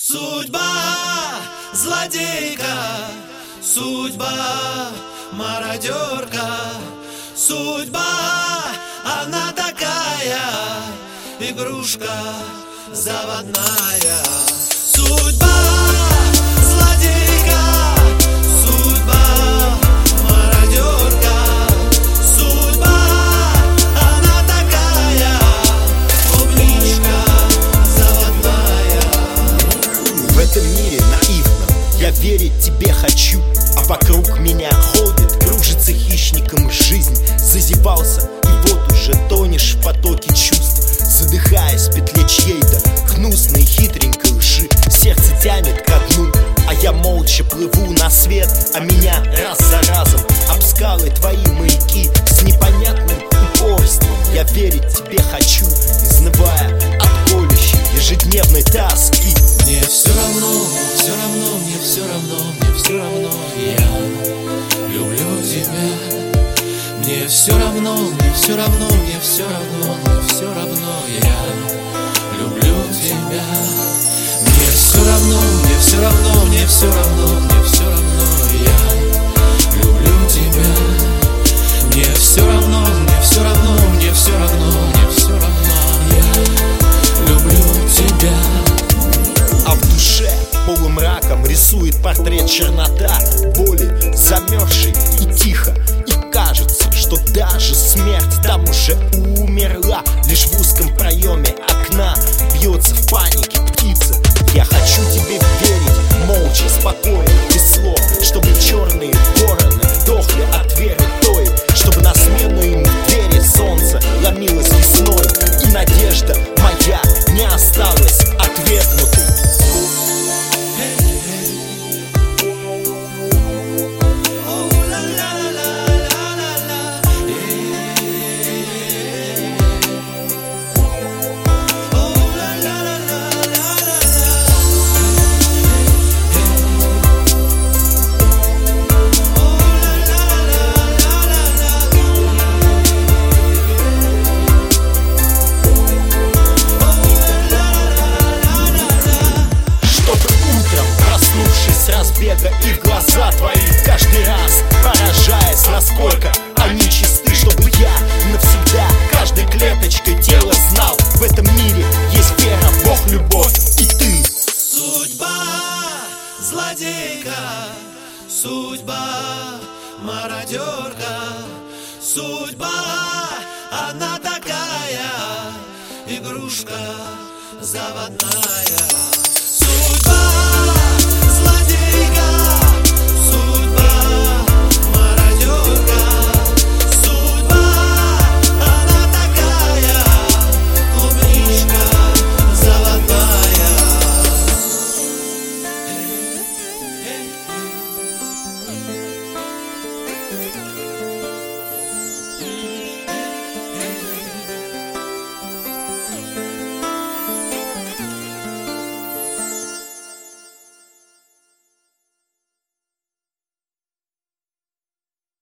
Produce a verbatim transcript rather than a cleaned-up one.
Судьба злодейка, судьба мародерка, судьба она такая, игрушка заводная. Судьба злодейка, судьба мародерка, судьба она такая, клубничка заводная. В этом мире наивном я верить тебе хочу, а вокруг меня ходит, кружится хищником жизнь. Зазевался, и вот уже тонешь в потоке чувств, задыхаясь в петле чьей-то гнусной хитренькой лжи. Сердце тянет ко дну, а я молча плыву на свет, а меня раз за разом об скалы твои маяки. С непонятным упорством я верить тебе хочу, изнывая от колющей ежедневной тоски. Мне все равно, все равно, мне все равно, мне все равно, я люблю тебя. Мне все равно, мне все равно, мне все равно, мне все равно, я люблю тебя. Мне все равно, мне все равно, мне все равно, мне все равно, я люблю тебя. Мне все равно, мне все равно, мне все равно, мне все равно, я люблю тебя. А в душе полумраком рисует портрет чернота боли, замерзшей и тихо. И кажется, что даже смерть там уже умерла. Лишь в узком проеме окна бьется в панике птица. Я хочу тебе верить, молча, спокойно, без слов, чтобы черные вороны дохли от веры той, чтобы на смену им в двери солнце ломилось весной, и надежда моя не осталась отвергнутой. Разбега и в глаза твои каждый раз поражаясь, насколько они чисты, чтобы я навсегда каждой клеточкой тела знал: в этом мире есть вера, Бог, любовь и ты. Судьба злодейка, судьба мародерка, судьба она такая, игрушка заводная.